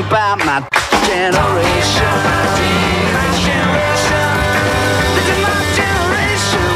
about my generation. My generation. This is my generation,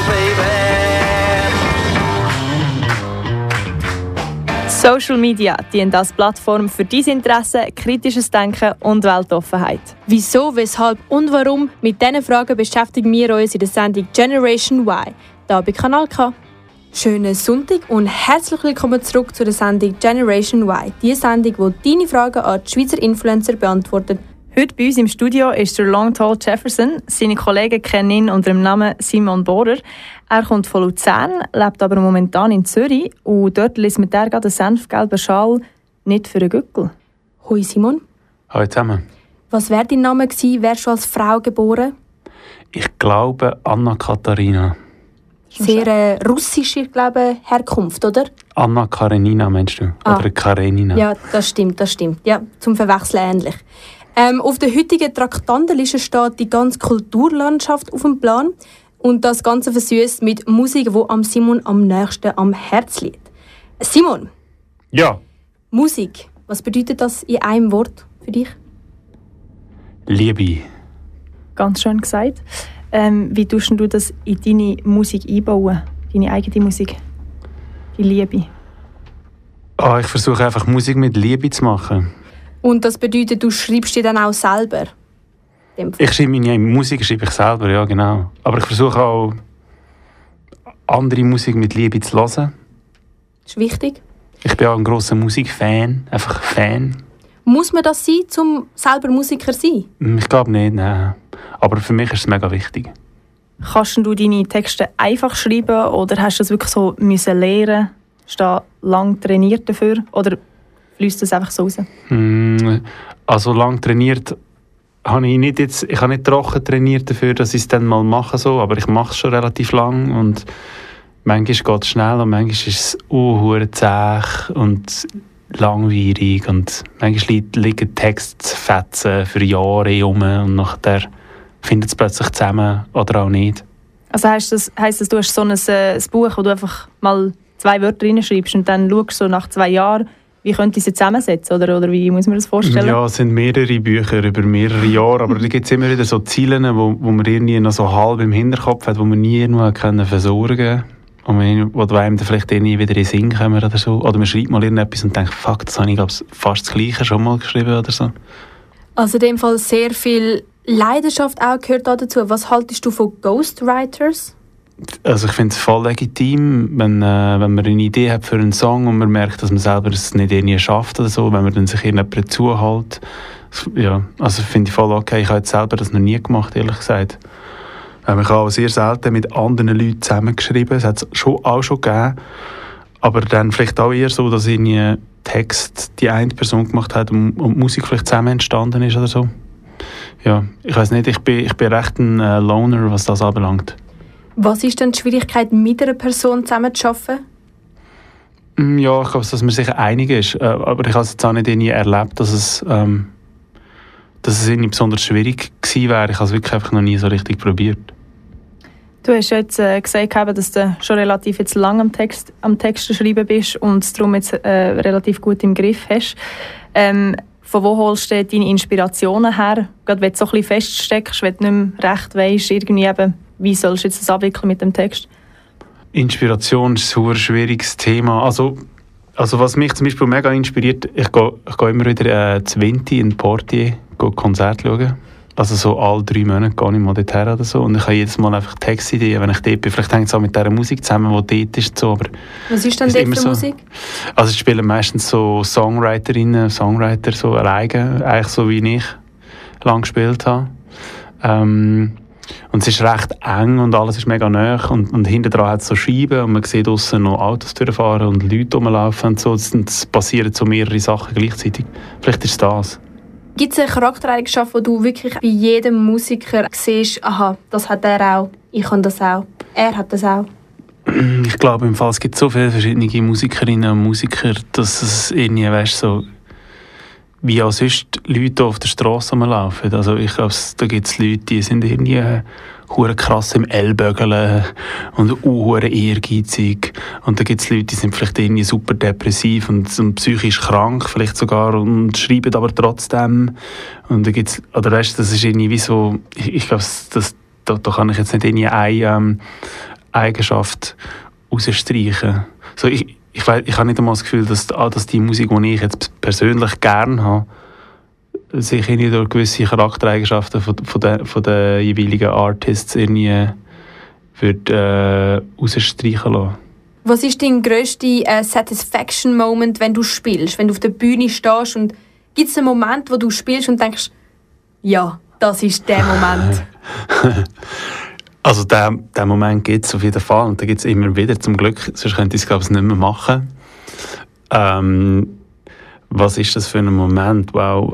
baby. Social Media dient als Plattform für dein Interesse, kritisches Denken und Weltoffenheit. Wieso, weshalb und warum? Mit diesen Fragen beschäftigen wir uns in der Sendung Generation Y, hier bei Kanal K. Schönen Sonntag und herzlich willkommen zurück zu der Sendung Generation Y. Die Sendung, die deine Fragen an die Schweizer Influencer beantwortet. Heute bei uns im Studio ist der Long Tall Jefferson. Seine Kollegen kennen ihn unter dem Namen Simon Bohrer. Er kommt von Luzern, lebt aber momentan in Zürich und dort liest mit der gerade den senfgelben Schal nicht für einen Gückel. Hoi Simon. Hallo zusammen. Was wäre dein Name gewesen? Wärst du als Frau geboren? Ich glaube Anna-Katharina. Sehr russische, glaube ich, Herkunft, oder? Anna Karenina meinst du? Oder Karenina? Ja, das stimmt. Ja, zum Verwechseln ähnlich. Auf der heutigen Traktandenliste steht die ganze Kulturlandschaft auf dem Plan und das Ganze versüßt mit Musik, die am Simon am nächsten am Herz liegt. Simon. Ja. Musik. Was bedeutet das in einem Wort für dich? Liebe. Ganz schön gesagt. Wie tust du das in deine Musik einbauen? Deine eigene Musik? Die Liebe? Ich versuche einfach Musik mit Liebe zu machen. Und das bedeutet, du schreibst dir dann auch selber? Ich schreibe meine Musik selber, ja genau. Aber ich versuche auch, andere Musik mit Liebe zu hören. Das ist wichtig. Ich bin auch ein grosser Musikfan, einfach Fan. Muss man das sein, um selber Musiker zu sein? Ich glaube nicht, nein. Aber für mich ist es mega wichtig. Kannst du deine Texte einfach schreiben oder hast du das wirklich so müssen lernen? Hast du da lang trainiert dafür oder fließt das einfach so raus? Also lang trainiert habe ich nicht jetzt. Ich habe nicht trocken trainiert dafür, dass ich es dann mal mache so, aber ich mache es schon relativ lang und manchmal geht es schnell und manchmal ist es zäh und langweilig und manchmal liegen Textfetzen für Jahre herum und nachher findet es plötzlich zusammen oder auch nicht. Also heisst das, du hast so ein Buch, wo du einfach mal 2 Wörter reinschreibst und dann schaust du so nach 2 Jahren, wie könnte ich sie zusammensetzen? Oder wie muss man das vorstellen? Ja, es sind mehrere Bücher über mehrere Jahre, aber da gibt es immer wieder so Ziele, wo man irgendwie noch so halb im Hinterkopf hat, wo man nie irgendwo versorgen kann. Wo einem dann vielleicht irgendwie wieder in den Sinn kommen oder so. Oder man schreibt mal irgendetwas und denkt, fuck, das habe ich fast das Gleiche schon mal geschrieben oder so. Also in dem Fall sehr viel Leidenschaft auch gehört dazu. Was haltest du von Ghostwriters? Also ich finde es voll legitim, wenn man eine Idee hat für einen Song und man merkt, dass man selber es nicht irgendwie schafft oder so, wenn man dann sich irgendjemand zuhält. Ja, also finde ich voll okay. Ich habe jetzt selber das noch nie gemacht, ehrlich gesagt. Ich habe auch sehr selten mit anderen Leuten zusammengeschrieben. Es hat es auch schon gegeben. Aber dann vielleicht auch eher so, dass irgendwie Text die eine Person gemacht hat und die Musik vielleicht zusammen entstanden ist oder so. Ja, ich weiß nicht, ich bin recht ein Loner, was das anbelangt. Was ist denn die Schwierigkeit, mit einer Person zusammenzuarbeiten? Ja, ich glaube, dass man sich einig ist. Aber ich habe es jetzt auch nicht irgendwie erlebt, dass es irgendwie besonders schwierig gewesen wäre. Ich habe es wirklich einfach noch nie so richtig probiert. Du hast jetzt gesagt, dass du schon relativ jetzt lang am Text schreiben bist und es darum jetzt relativ gut im Griff hast. Von wo holst du deine Inspirationen her? Gerade wenn du so ein bisschen feststeckst, wenn du nicht mehr recht weisst, irgendwie eben, wie sollst du jetzt das abwickeln mit dem Text? Inspiration ist ein schwieriges Thema. Also was mich zum Beispiel mega inspiriert, ich gehe immer wieder zu Vinti in Portier Konzert schauen. Also so alle 3 Monate gehe ich mal dorthin oder so. Und ich habe jedes Mal einfach Textideen, wenn ich dort bin. Vielleicht hängt es auch mit dieser Musik zusammen, die dort ist. So, aber was ist denn dort für Musik? Also ich spiele meistens so Songwriter so alleine, eigentlich so wie ich lange gespielt habe. Und es ist recht eng und alles ist mega nahe. Und hinten dran hat es so Scheiben und man sieht draussen noch Autos durchfahren und Leute rumlaufen und so. Es passieren so mehrere Sachen gleichzeitig. Vielleicht ist es das. Gibt es eine Charaktereigenschaft, wo du wirklich bei jedem Musiker siehst, aha, das hat er auch, ich kann das auch, er hat das auch? Ich glaube, im Fall, es gibt so viele verschiedene Musikerinnen und Musiker, dass es irgendwie, weißt, so wie auch sonst Leute auf der Straße rumlaufen. Also ich glaube, da gibt es Leute, die sind irgendwie hure krass im Ellbögeln und hure ehrgeizig. Und dann gibt es Leute, die sind vielleicht irgendwie super depressiv und psychisch krank vielleicht sogar und schreiben aber trotzdem. Und dann gibt's, oder weißt, das ist irgendwie wie so, ich glaube, da kann ich jetzt nicht irgendwie eine Eigenschaft rausstreichen. So, ich habe nicht einmal das Gefühl, dass die Musik, die ich jetzt persönlich gerne habe, sich irgendwie durch gewisse Charaktereigenschaften von den jeweiligen Artists irgendwie rausstreichen lassen. Was ist dein grösster Satisfaction-Moment, wenn du spielst, wenn du auf der Bühne stehst und gibt es einen Moment, wo du spielst und denkst, ja, das ist der Moment? Also den Moment gibt es auf jeden Fall und den gibt es immer wieder, zum Glück, sonst könnte ich es glaube ich nicht mehr machen. Was ist das für ein Moment? Wow.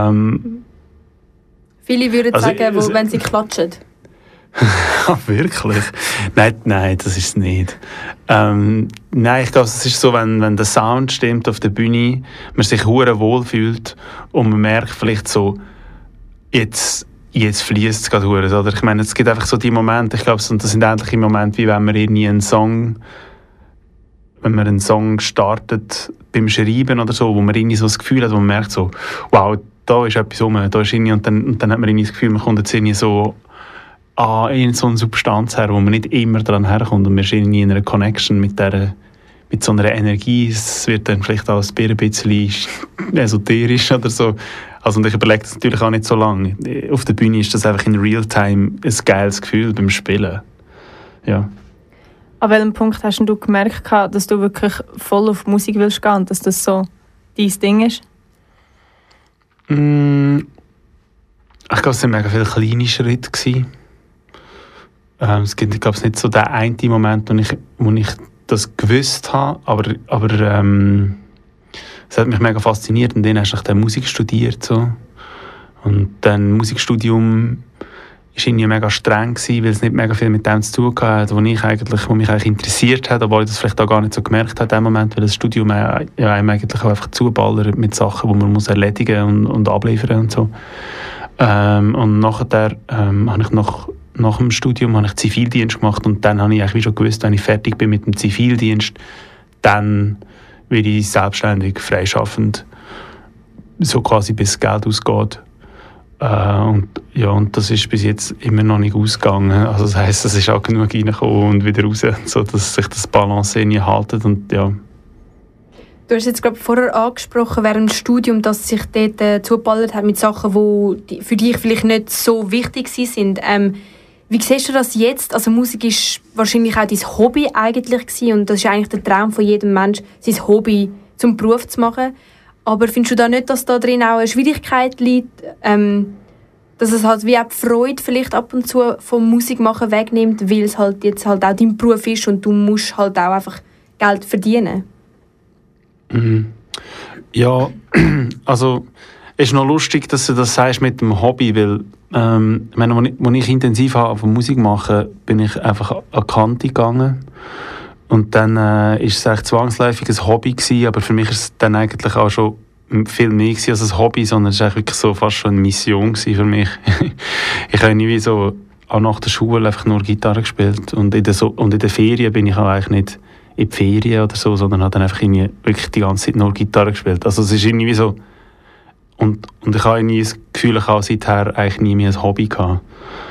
Viele würden sagen, wenn sie klatschen. Wirklich? Nein, das ist es nicht. Nein, ich glaube, es ist so, wenn der Sound stimmt auf der Bühne, man sich hure wohl fühlt und man merkt vielleicht so, jetzt fließt es gerade hure, oder? Ich meine, es gibt einfach so die Momente, ich glaube, das sind ähnliche Momente, wie wenn man irgendwie einen Song startet beim Schreiben oder so, wo man irgendwie so das Gefühl hat, wo man merkt so, wow, da ist etwas rum, da ist irgendwie, und dann hat man irgendwie das Gefühl, man kommt jetzt irgendwie so in so eine Substanz her, wo man nicht immer dran herkommt und man ist irgendwie in einer Connection mit so einer Energie. Es wird dann vielleicht auch ein bisschen esoterisch oder so. Also, und ich überlege das natürlich auch nicht so lange. Auf der Bühne ist das einfach in Realtime ein geiles Gefühl beim Spielen. Ja. An welchem Punkt hast du gemerkt, dass du wirklich voll auf Musik willst gehen und dass das so dein Ding ist? Ich glaube, es waren mega viele kleine Schritte. Es gibt, ich glaube, nicht so den einen Moment, wo ich das gewusst habe, aber es hat mich mega fasziniert und dann hast du dann Musik studiert. So. Und dann Musikstudium war irgendwie mega streng, weil es nicht mega viel mit dem zu tun hatte, was mich eigentlich interessiert hat, obwohl ich das vielleicht auch gar nicht so gemerkt habe in dem Moment, weil das Studium einem eigentlich auch einfach zuballert mit Sachen, die man muss erledigen und abliefern und so. Und nachher habe ich nach dem Studium habe ich Zivildienst gemacht und dann habe ich eigentlich schon gewusst, wenn ich fertig bin mit dem Zivildienst, dann werde ich selbstständig, freischaffend, so quasi bis das Geld ausgeht. Und das ist bis jetzt immer noch nicht ausgegangen. Also das heisst, es ist auch genug reingekommen und wieder raus, so dass sich das Balance nicht haltet und ja. Du hast jetzt, glaube ich, vorher angesprochen, während dem Studium, dass sich dort zugeballert hat mit Sachen, die für dich vielleicht nicht so wichtig sind. Wie siehst du das jetzt? Also Musik ist wahrscheinlich auch dein Hobby eigentlich gewesen, und das ist eigentlich der Traum von jedem Menschen, sein Hobby zum Beruf zu machen. Aber findest du da nicht, dass da drin auch eine Schwierigkeit liegt, dass es halt wie auch die Freude vielleicht ab und zu vom Musikmachen wegnimmt, weil es halt jetzt halt auch dein Beruf ist und du musst halt auch einfach Geld verdienen? Ja, also es ist noch lustig, dass du das sagst mit dem Hobby, weil als ich intensiv auf Musik mache, bin ich einfach an die Kante gegangen und dann ist es eigentlich zwangsläufig ein Hobby gewesen, aber für mich ist es dann eigentlich auch schon viel mehr gewesen als ein Hobby, sondern es war wirklich so fast schon eine Mission gewesen für mich. Ich habe nie so auch nach der Schule einfach nur Gitarre gespielt und in der Ferien bin ich auch eigentlich nicht in die Ferien oder so, sondern habe dann einfach wirklich die ganze Zeit nur Gitarre gespielt. Also es ist irgendwie so und ich habe irgendwie das Gefühl, ich habe seither eigentlich nie mehr ein Hobby gehabt.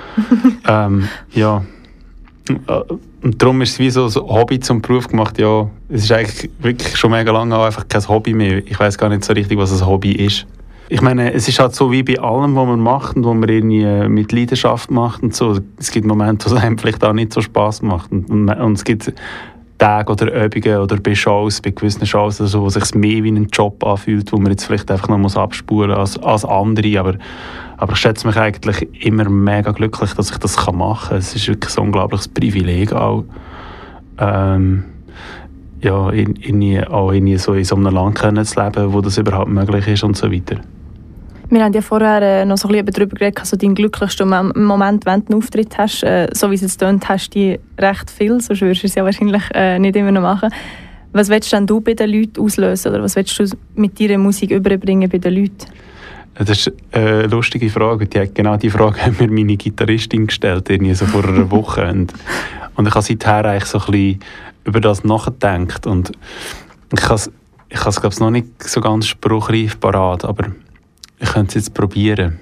Ja. Und darum ist es wie so ein Hobby zum Beruf gemacht. Ja, es ist eigentlich wirklich schon mega lange auch einfach kein Hobby mehr. Ich weiß gar nicht so richtig, was ein Hobby ist. Ich meine, es ist halt so wie bei allem, was man macht und was man irgendwie mit Leidenschaft macht und so. Es gibt Momente, wo es einem vielleicht auch nicht so Spass macht. Und es gibt Tage oder Übungen oder bei Shows, bei gewissen Shows, also, wo es sich mehr wie ein Job anfühlt, wo man jetzt vielleicht einfach noch abspuren muss als andere. Aber ich schätze mich eigentlich immer mega glücklich, dass ich das machen kann. Es ist wirklich so ein unglaubliches Privileg auch. Auch so in so einem Land zu leben, wo das überhaupt möglich ist und so weiter. Wir haben ja vorher noch so ein bisschen darüber geredet, also dein glücklichster Moment, wenn du einen Auftritt hast, so wie es jetzt tönt, hast du die recht viel, sonst würdest du es ja wahrscheinlich nicht immer noch machen. Was willst denn du bei den Leuten auslösen oder was willst du mit deiner Musik überbringen bei den Leuten? Das ist eine lustige Frage. Genau die Frage hat mir meine Gitarristin gestellt, irgendwie so vor einer Woche. Und ich habe seither eigentlich so ein bisschen über das nachgedacht. Und ich habe es glaube ich, noch nicht so ganz spruchreif parat, aber ich könnte es jetzt probieren.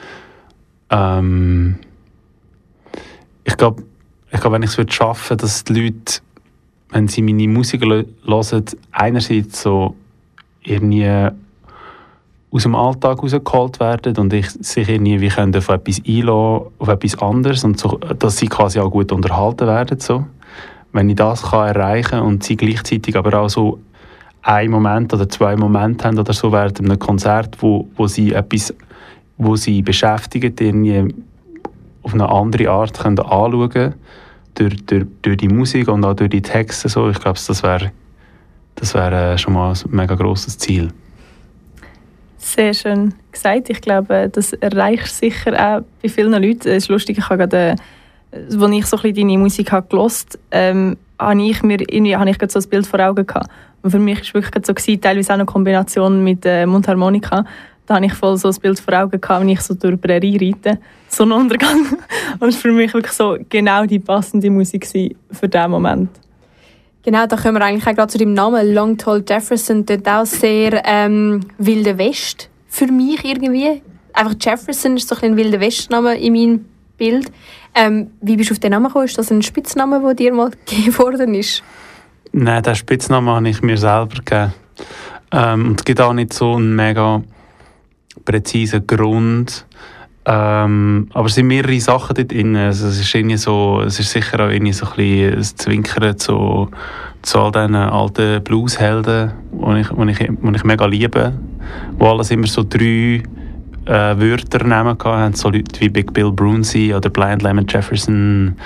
Ich glaube, wenn ich es schaffen würde, dass die Leute, wenn sie meine Musik hören, einerseits so irgendwie aus dem Alltag rausgeholt werden und sich irgendwie wie können auf etwas einlassen, auf etwas anderes und so, dass sie quasi auch gut unterhalten werden. So. Wenn ich das kann erreichen und sie gleichzeitig aber auch so einen Moment oder 2 Momente haben oder so während einem Konzert, wo sie etwas, wo sie beschäftigt, irgendwie auf eine andere Art können anschauen können, durch die Musik und auch durch die Texte. So. Ich glaube, das wäre schon mal ein mega grosses Ziel. Sehr schön gesagt. Ich glaube, das erreicht sicher auch bei vielen Leuten. Es ist lustig, ich habe gerade, als ich so ein bisschen deine Musik gehört habe, habe ich gerade so ein Bild vor Augen gehabt. Und für mich war es wirklich so gewesen, teilweise auch eine Kombination mit Mundharmonika. Da habe ich voll so ein Bild vor Augen gehabt, wenn ich so durch die Prärie reite. Sonnenuntergang. Und es war für mich wirklich so genau die passende Musik für diesen Moment. Genau, da kommen wir eigentlich auch gerade zu deinem Namen. Long Tall Jefferson, dort auch sehr Wilde West für mich irgendwie. Einfach Jefferson ist so ein Wilde West-Name in meinem Bild. Wie bist du auf den Namen gekommen? Ist das ein Spitzname, der dir mal gegeben worden ist? Nein, den Spitznamen habe ich mir selber gegeben. Und es gibt auch nicht so einen mega präzisen Grund. Aber es sind mehrere Sachen dort drin. Also es ist sicher auch irgendwie so ein bisschen ein Zwinkern zu all diesen alten Blueshelden, die ich mega liebe. Wo alles immer so 3 Wörter nehmen hatten. So Leute wie Big Bill Brunsey oder Blind Lemon Jefferson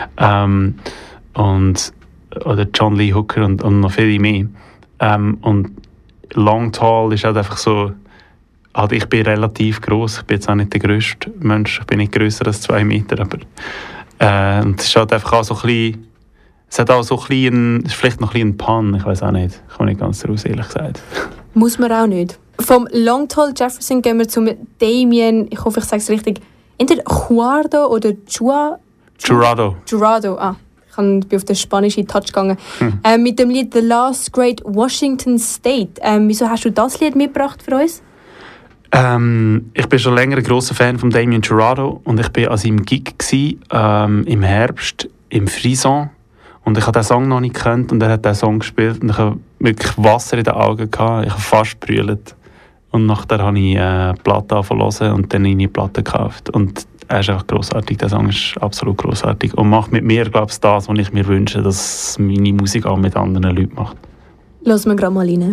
oder John Lee Hooker und noch viele mehr. Und Long Tall ist halt einfach so. Also ich bin relativ gross, ich bin jetzt auch nicht der grösste Mensch, ich bin nicht grösser als 2 Meter, aber und es ist halt einfach auch so ein bisschen, es hat auch so ein bisschen, es ist vielleicht noch ein bisschen ein Pun, ich weiß auch nicht, ich komme nicht ganz raus, ehrlich gesagt. Muss man auch nicht. Vom Long Tall Jefferson gehen wir zum Damien, ich hoffe, ich sage es richtig, entweder Jurado oder Jurado. Ich bin auf den spanischen Touch gegangen. Mit dem Lied The Last Great Washington State. Wieso hast du das Lied mitgebracht für uns? Ich bin schon länger ein grosser Fan von Damien Jurado und ich war an seinem Gig im Herbst im Frison und ich habe den Song noch nicht gekannt und er hat den Song gespielt und ich habe wirklich Wasser in den Augen gehabt, ich habe fast gebrüllt und nachher habe ich eine Platte angefangen und dann eine Platte gekauft und er ist einfach grossartig, der Song ist absolut grossartig und macht mit mir, glaube ich, das, was ich mir wünsche, dass meine Musik auch mit anderen Leuten macht. Hören wir gerade mal rein.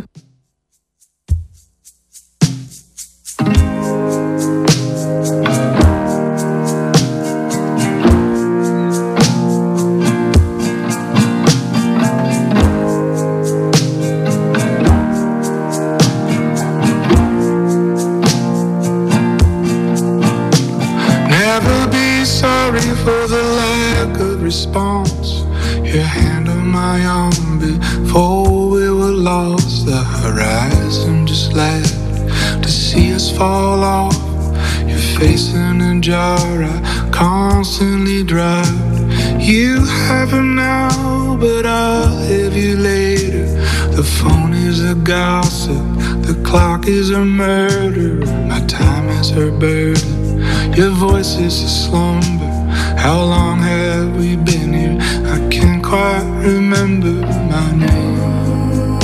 For the lack of response, your hand on my arm before we were lost. The horizon just laughed to see us fall off. Your face in a jar I constantly drive. You have him now, but I'll have you later. The phone is a gossip, the clock is a murder. My time is her burden, your voice is a slumber. How long have we been here? I can't quite remember my name.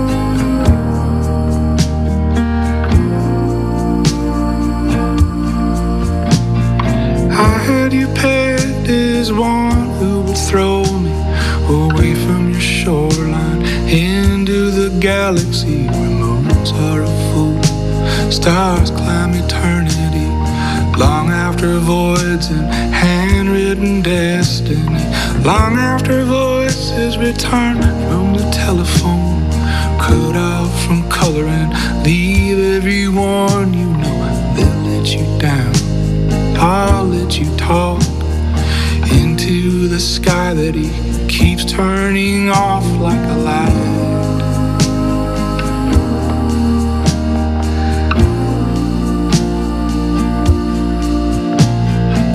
I had you pegged as one who would throw me away from your shoreline into the galaxy where moons are a fool. Stars climb eternity long after voids and handwritten destiny. Long after voices return from the telephone, cut out from color and leave everyone you know. They'll let you down, I'll let you talk into the sky that he keeps turning off like a light.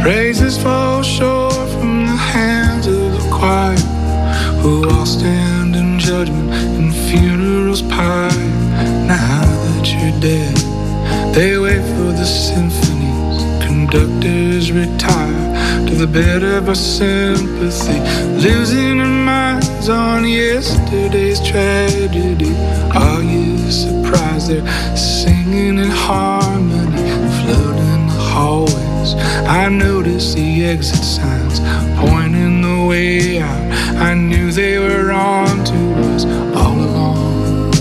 Praises fall short from the hands of the choir, who all stand in judgment and funerals pie. Now that you're dead, they wait for the symphonies, conductors retire to the bed of our sympathy, losing our minds on yesterday's tragedy. Are you surprised they're singing in harmony, flooding the hallways? I noticed the exit signs pointing the way out. I knew they were on to us all along.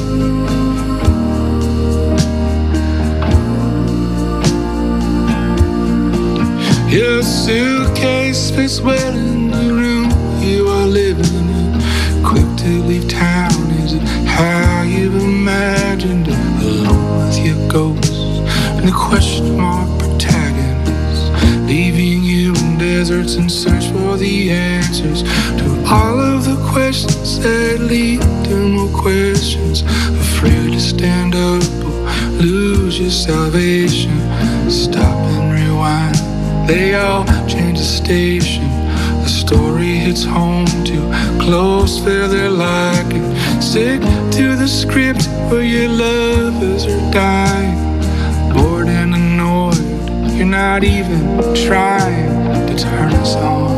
Your suitcase fits well in the room you are living in. Quick to leave town, is it how you've imagined it? Alone with your ghosts and the question mark protagonist, leaving you in deserts in search for the answers to all of the questions that lead to more questions. Afraid to stand up or lose your salvation. Stop and rewind. They all change the station. The story hits home too close for their liking. Stick to the script where your lovers are dying. Bored and annoyed, you're not even trying to turn us on.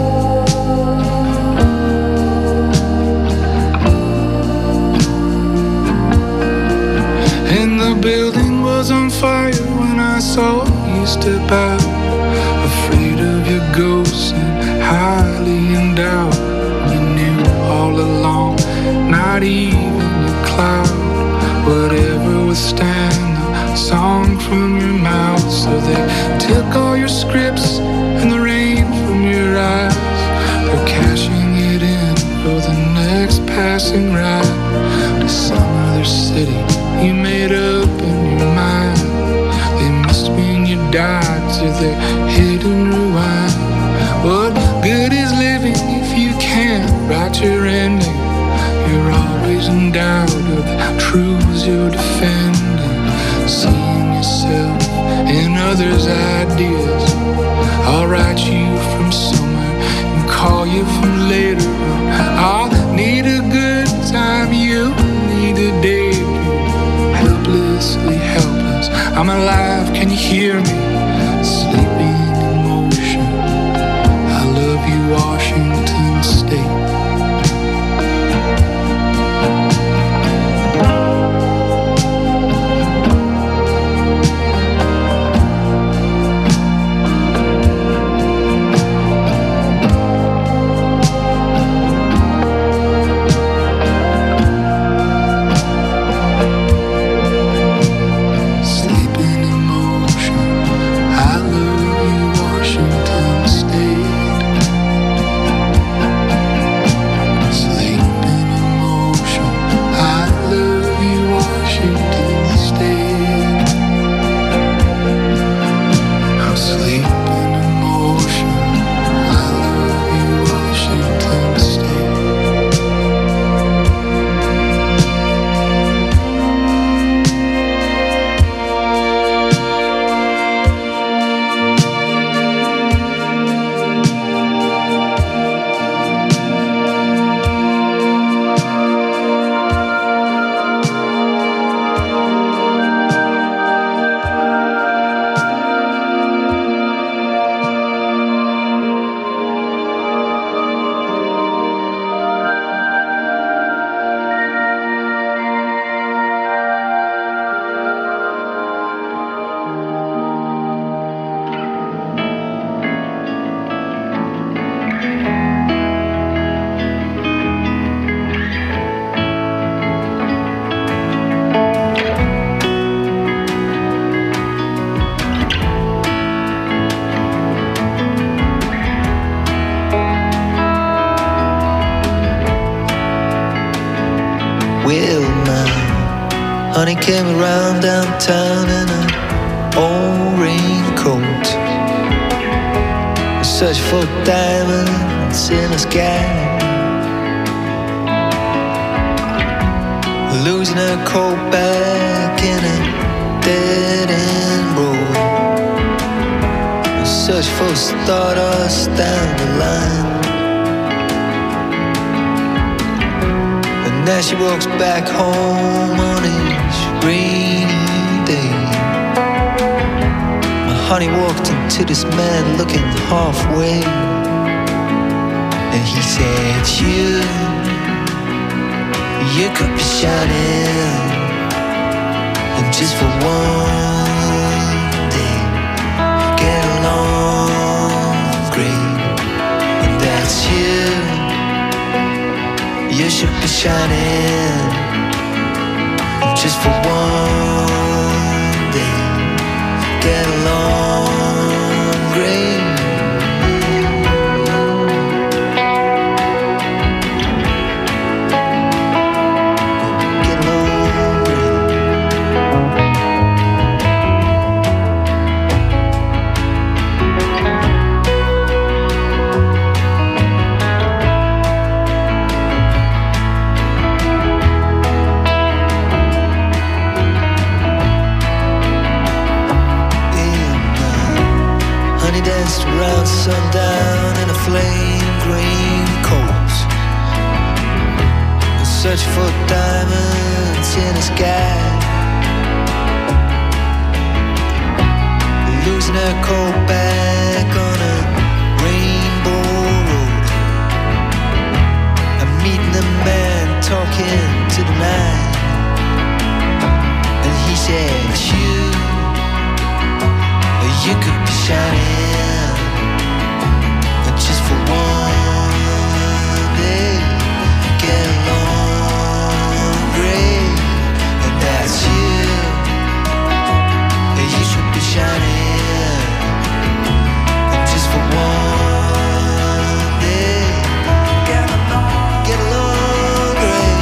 And the building was on fire when I saw you step out. Afraid of your ghosts and highly endowed. You knew all along, not even a cloud would ever withstand the song from your mouth. So they took all your scripts and the rain from your eyes. They're cashing it in for the next passing ride to some other city you made up in your mind. They missed when you died, so they're hidden rewind. What good is living if you can't write your ending? You're always in doubt of the truths you're defending. Seeing yourself in others' ideas. I'll write you from somewhere and call you from later on. I'll need a good time, you need a daydream. Helplessly helpless, I'm alive, can you hear me? Sleeping in motion, I love you, Washington State. Honey came around downtown in an old raincoat, search for diamonds in the sky, losing her coat back in a dead-end road. search for stardust down the line. And now she walks back home on each rainy day. My honey walked into this man looking halfway, and he said, you could be shining, and just for one day get along great. And that's you should be shining, and just for one day get along great. Around sundown in a flame green coat, and search for diamonds in the sky, losing her coat back on a rainbow road. I'm meeting the man talking to the night, and he said, you could be shining, just for one day get along great. And that's you should be shining, just for one day get along great.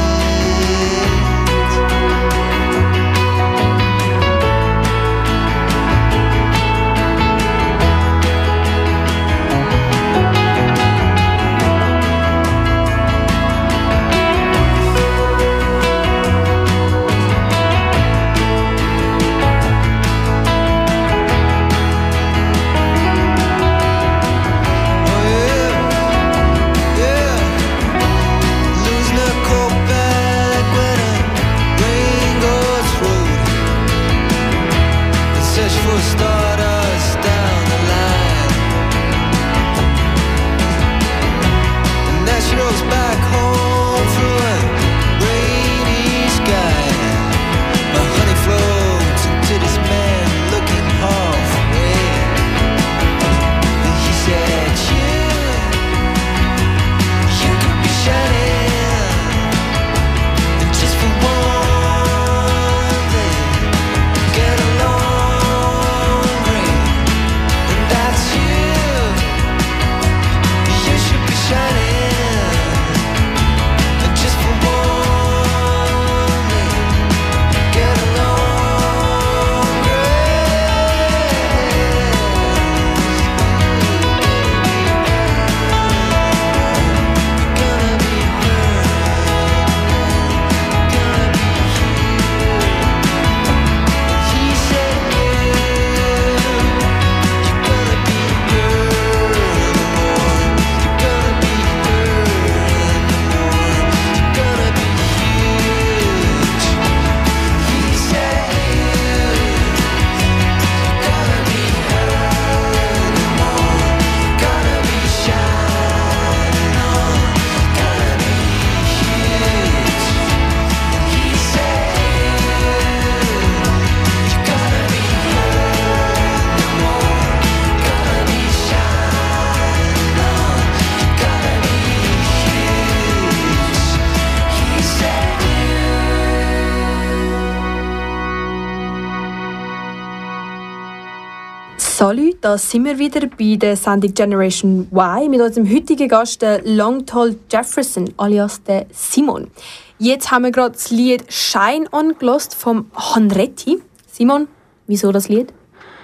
Salut, da sind wir wieder bei der Sendung Generation Y mit unserem heutigen Gast, Long Tall Jefferson, alias der Simon. Jetzt haben wir gerade das Lied «Shine On» gehört vom Hanretti. Simon, wieso das Lied?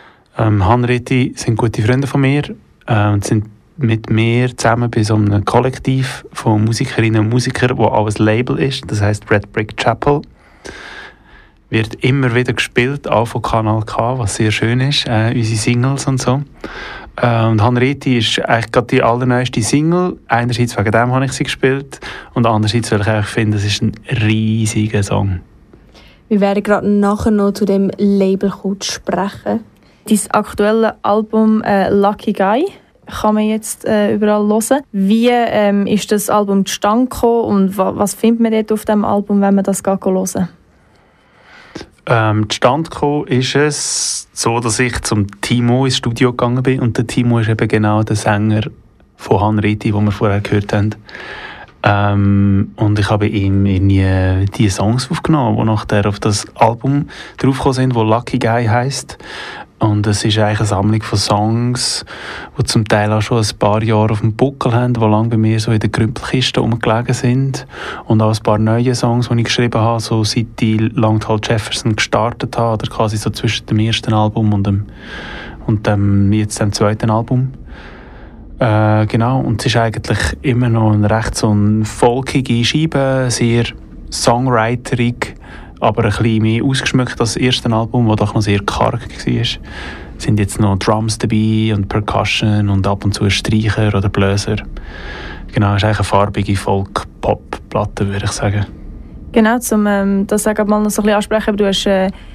Hanretti sind gute Freunde von mir und sind mit mir zusammen bei so einem Kollektiv von Musikerinnen und Musikern, das auch ein Label ist, das heisst Red Brick Chapel. wird immer wieder gespielt, auch von Kanal K, was sehr schön ist, unsere Singles und so. Und Hanreti ist eigentlich gerade die allerneueste Single. Einerseits wegen dem habe ich sie gespielt und andererseits, weil ich eigentlich finde, es ist ein riesiger Song. Wir werden gerade nachher noch zu dem Labelcode sprechen. Dein aktuelle Album «Lucky Guy» kann man jetzt überall hören. Wie ist das Album zustande gekommen und was findet man dort auf dem Album, wenn man das hören? Zustande gekommen ist es so, dass ich zum Timo ins Studio gegangen bin und der Timo ist eben genau der Sänger von Hanreti, den wir vorher gehört haben. Und ich habe ihm die Songs aufgenommen, die nachher auf das Album draufgekommen sind, das «Lucky Guy» heisst. Und es ist eigentlich eine Sammlung von Songs, die zum Teil auch schon ein paar Jahre auf dem Buckel haben, die lange bei mir so in der Krümpelkiste rumgelegen sind. Und auch ein paar neue Songs, die ich geschrieben habe, so seit ich Long Tall Jefferson gestartet habe, oder quasi so zwischen dem ersten Album und jetzt dem zweiten Album. Genau, und es ist eigentlich immer noch recht so eine folkige Scheibe, sehr songwriterig, aber ein bisschen mehr ausgeschmückt als das erste Album, das doch noch sehr karg war. Es sind jetzt noch Drums dabei und Percussion und ab und zu ein Streicher oder Bläser. Genau, es ist eigentlich eine farbige Folk-Pop-Platte, würde ich sagen. Genau, das mal noch so ein bisschen ansprechen, aber du hast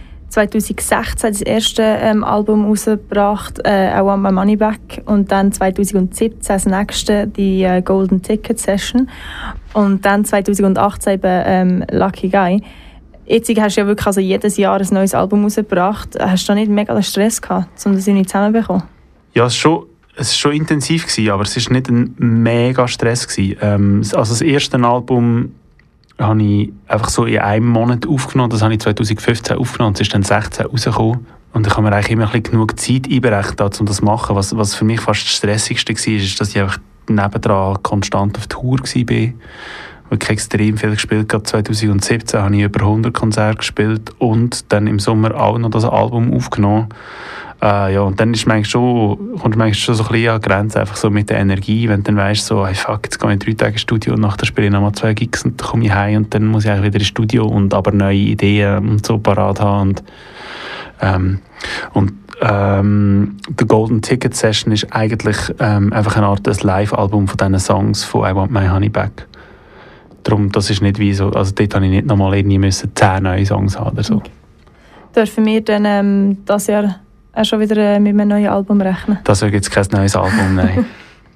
2016 das erste Album rausgebracht, I Want My Money Back, und dann 2017 das nächste, die Golden Ticket Session, und dann 2018 eben Lucky Guy. Jetzt hast du ja wirklich jedes Jahr ein neues Album rausgebracht. Hast du da nicht mega Stress gehabt, um das nicht zusammenzubekommen? Ja, es war schon intensiv gewesen, aber es war nicht ein mega Stress gewesen. Also das erste Album habe ich einfach so in einem Monat aufgenommen. Das habe ich 2015 aufgenommen und es ist dann 2016 rausgekommen. Und ich habe mir eigentlich immer ein bisschen genug Zeit einberechnet, um das zu machen. Was für mich fast das Stressigste war, ist, dass ich einfach nebendran konstant auf Tour war. Ich habe extrem viel gespielt. Gerade 2017 habe ich über 100 Konzerte gespielt und dann im Sommer auch noch das Album aufgenommen. Ja, und dann kommst du manchmal schon so ein bisschen an die Grenze, einfach so mit der Energie, wenn du dann weißt, so, hey, fuck, jetzt gehe ich 3 Tage ins Studio und nachher spiele ich nochmal 2 Gigs und dann komme ich heim und dann muss ich eigentlich wieder ins Studio und aber neue Ideen und so parat haben. The Golden Ticket Session ist eigentlich einfach eine Art Live-Album von diesen Songs von I Want My Honey Back. Darum, das ist nicht wie so, also dort habe ich nicht nochmal irgendwie 10 neue Songs haben oder so. Okay. Dürfen wir dann das Jahr auch schon wieder mit einem neuen Album rechnen? Das Jahr gibt es kein neues Album, nein.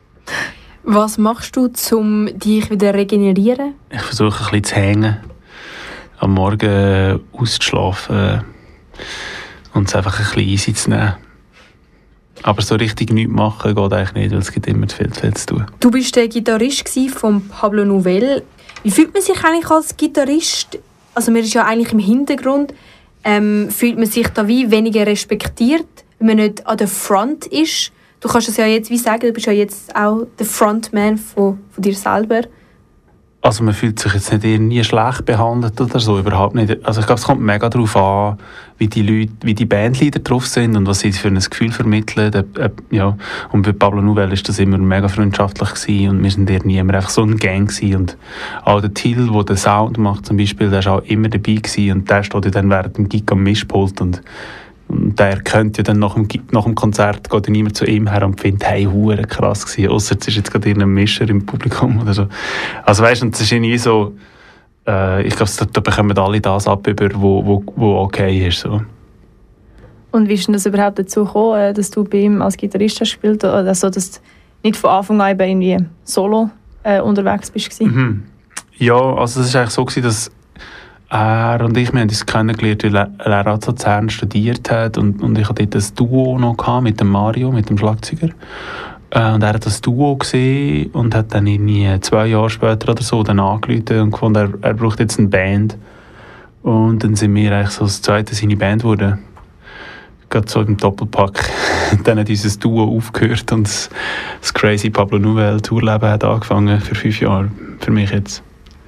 Was machst du, um dich wieder zu regenerieren? Ich versuche ein bisschen zu hängen, am Morgen auszuschlafen und es einfach ein bisschen easy zu nehmen. Aber so richtig nichts machen geht eigentlich nicht, weil es gibt immer viel zu tun. Du warst der Gitarrist von Pablo Nouvel. Wie fühlt man sich eigentlich als Gitarrist? Also man ist ja eigentlich im Hintergrund. Fühlt man sich da wie weniger respektiert, wenn man nicht an der Front ist? Du kannst es ja jetzt wie sagen, du bist ja jetzt auch der Frontman von dir selber. Also man fühlt sich jetzt nicht irgendwie schlecht behandelt oder so, überhaupt nicht. Also ich glaube, es kommt mega darauf an, wie die Bandleader drauf sind und was sie für ein Gefühl vermitteln. Ja. Und bei Pablo Nouvel war das immer mega freundschaftlich gewesen und wir sind irgendwie immer einfach so ein Gang gewesen. Und auch der Till, der den Sound macht zum Beispiel, der war auch immer dabei gewesen und der steht ja dann während dem Gig am Mischpult und der könnte ja dann nach dem Konzert geht niemand zu ihm her und findet, hey, hure krass gewesen, ausser es ist jetzt gerade irgendein Mischer im Publikum oder so. Also weißt du, das ist irgendwie so, ich glaube, da bekommen alle das ab, wo okay ist. So. Und wie ist denn das überhaupt dazu gekommen, dass du bei ihm als Gitarrist hast gespielt, oder so, dass du nicht von Anfang an irgendwie solo unterwegs bist? Mhm. Ja, also es war eigentlich so gewesen, dass er und ich, wir haben uns kennengelernt, weil er auch zu Luzern studiert hat und ich hatte dort ein Duo noch gehabt mit dem Mario, mit dem Schlagzeuger. Und er hat das Duo gesehen und hat dann irgendwie 2 Jahre später oder so dann angerufen und gefunden, er braucht jetzt eine Band. Und dann sind wir eigentlich so das zweite seine Band geworden. Gerade so im Doppelpack. Dann hat unser Duo aufgehört und das Crazy Pablo Nouvel Tourleben hat angefangen für 5 Jahre, für mich jetzt.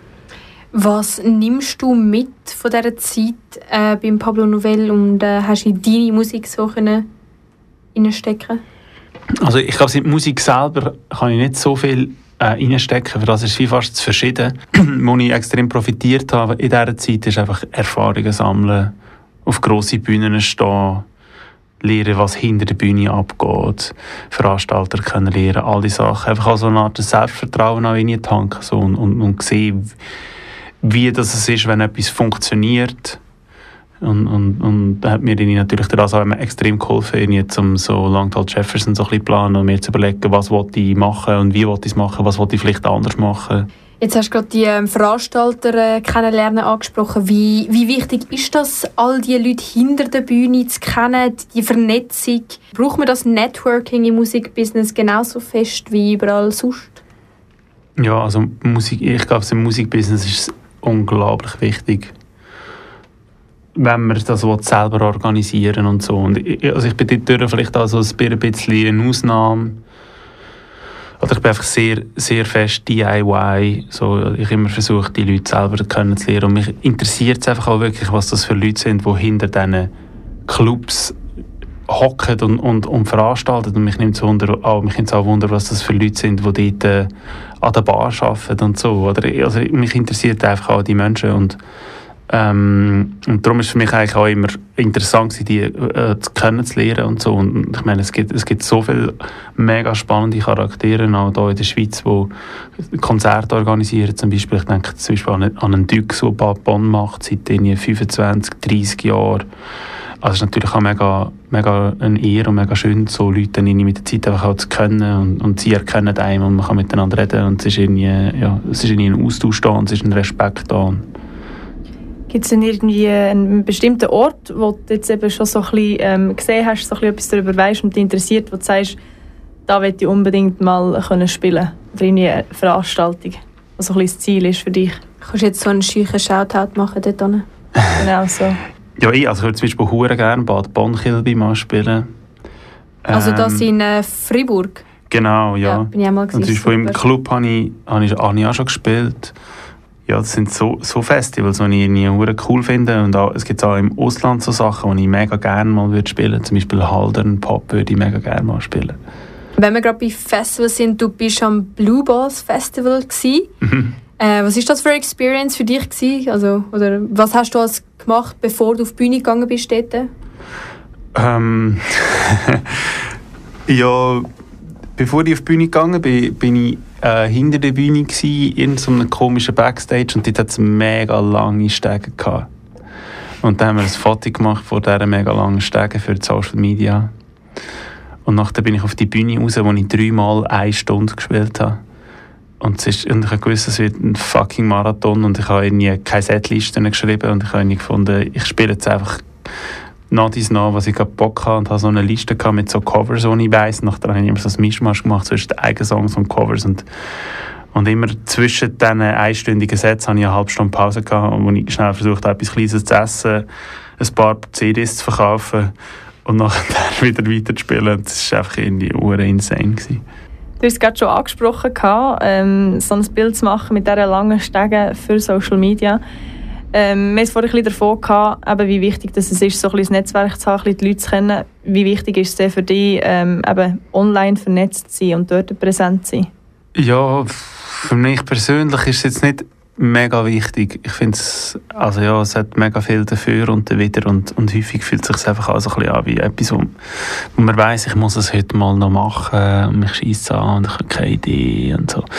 Was nimmst du mit von dieser Zeit beim Pablo Nouvel und hast du in deine Musik so reinstecken? Also ich glaube, mit Musik selber kann ich nicht so viel reinstecken. Für das ist es fast zu verschieden. Wo ich extrem profitiert habe in dieser Zeit, ist einfach Erfahrungen sammeln, auf grosse Bühnen stehen, lernen, was hinter der Bühne abgeht, Veranstalter können lernen, all die Sachen. Einfach auch so eine Art Selbstvertrauen tanken so, und sehen, wie das ist, wenn etwas funktioniert. Und da hat mir natürlich das auch immer extrem geholfen, jetzt um so Langtal Jefferson so ein bisschen planen und mir zu überlegen, was ich machen und wie ich es machen, was ich vielleicht anders machen. Jetzt hast du gerade die Veranstalter kennenlernen angesprochen. Wie wichtig ist das, all die Leute hinter der Bühne zu kennen, die Vernetzung? Braucht man das Networking im Musikbusiness genauso fest wie überall sonst? Ja, also ich glaube, im Musikbusiness ist es unglaublich wichtig, wenn man das selber organisieren und so. Und ich bin dort vielleicht auch so ein bisschen eine Ausnahme. Oder ich bin einfach sehr, sehr fest DIY. So, ich immer versuche, die Leute selber kennenzulernen. Und mich interessiert es einfach auch wirklich, was das für Leute sind, die hinter diesen Clubs hocken und veranstalten. Und mich nimmt es auch Wunder, was das für Leute sind, die dort an der Bar arbeiten und so. Oder, also, mich interessiert einfach auch die Menschen. Und darum ist es für mich eigentlich auch immer interessant, die kennenzulernen und so. Und ich meine, es gibt so viele mega spannende Charaktere auch hier in der Schweiz, die Konzerte organisieren. Zum Beispiel, ich denke zum Beispiel an einen Dux, der Bad Bonn macht, seit 25, 30 Jahren. Also es ist natürlich auch mega eine Ehre und mega schön, so Leute mit der Zeit einfach auch zu kennen und sie erkennen einen und man kann miteinander reden und es ist irgendwie ein Austausch da und es ist ein Respekt da. Gibt es denn irgendwie einen bestimmten Ort, wo du jetzt eben schon so ein bisschen gesehen hast, so ein bisschen etwas darüber weißt und dich interessiert, wo du sagst, da will ich unbedingt mal spielen oder irgendwie eine Veranstaltung, was so ein bisschen das Ziel ist für dich? Kannst du jetzt so einen scheuchen Shoutout machen dort hinten? Genau so. Ja, ich würde zum Beispiel hure gerne Bad Bonn-Kilby mal spielen. Also das in Fribourg? Genau, ja. Bin ich auch mal gewesen, und zum Beispiel im Club habe ich auch schon gespielt. Ja, das sind so Festivals, die ich irgendwie cool finde. Und auch, es gibt auch im Ausland so Sachen, die ich mega gerne mal spielen würde. Zum Beispiel Haldern Pop würde ich mega gerne mal spielen. Wenn wir gerade bei Festivals sind, du bist am Blue Balls Festival gewesen. Was war das für eine Experience für dich gewesen? Also, oder was hast du alles gemacht, bevor du auf die Bühne gegangen bist dort? Ja, bevor ich auf die Bühne gegangen bin ich hinter der Bühne gsi, in so einem komischen Backstage, und dort hat es mega lange Stege gehabt. Und dann haben wir ein Foto gemacht vor dieser mega langen Stege für die Social Media. Und nachher bin ich auf die Bühne raus, wo ich 3-mal 1 Stunde gespielt habe. Und ich habe gewusst, es wird ein fucking Marathon, und ich habe irgendwie keine Setliste geschrieben und ich habe gefunden, ich spiele jetzt einfach nach, was ich gerade Bock habe, und habe so eine Liste gehabt mit so Covers, die ich weiss. Nachher habe ich immer so ein Mischmasch gemacht zwischen den eigenen Songs und Covers. Und immer zwischen diesen einstündigen Sets hatte ich eine halbe Stunde Pause gehabt, wo ich schnell versucht habe, etwas Kleines zu essen, ein paar CDs zu verkaufen und nachher wieder weiterzuspielen. Das war einfach irgendwie insane gewesen. Du hast es gerade schon angesprochen, so ein Bild zu machen mit dieser langen Stege für Social Media. Wir haben es vorhin davon gehabt, eben wie wichtig das ist, so ein bisschen das Netzwerk zu haben, die Leute zu kennen. Wie wichtig ist es denn für dich, eben online vernetzt zu sein und dort präsent zu sein? Ja, für mich persönlich ist es jetzt nicht mega wichtig. Ich finde es, also ja, es hat mega viel dafür und dawider, und häufig fühlt es sich einfach auch so ein bisschen an wie etwas, wo man weiss, ich muss es heute mal noch machen und mich scheisst es an und ich habe keine Idee und so.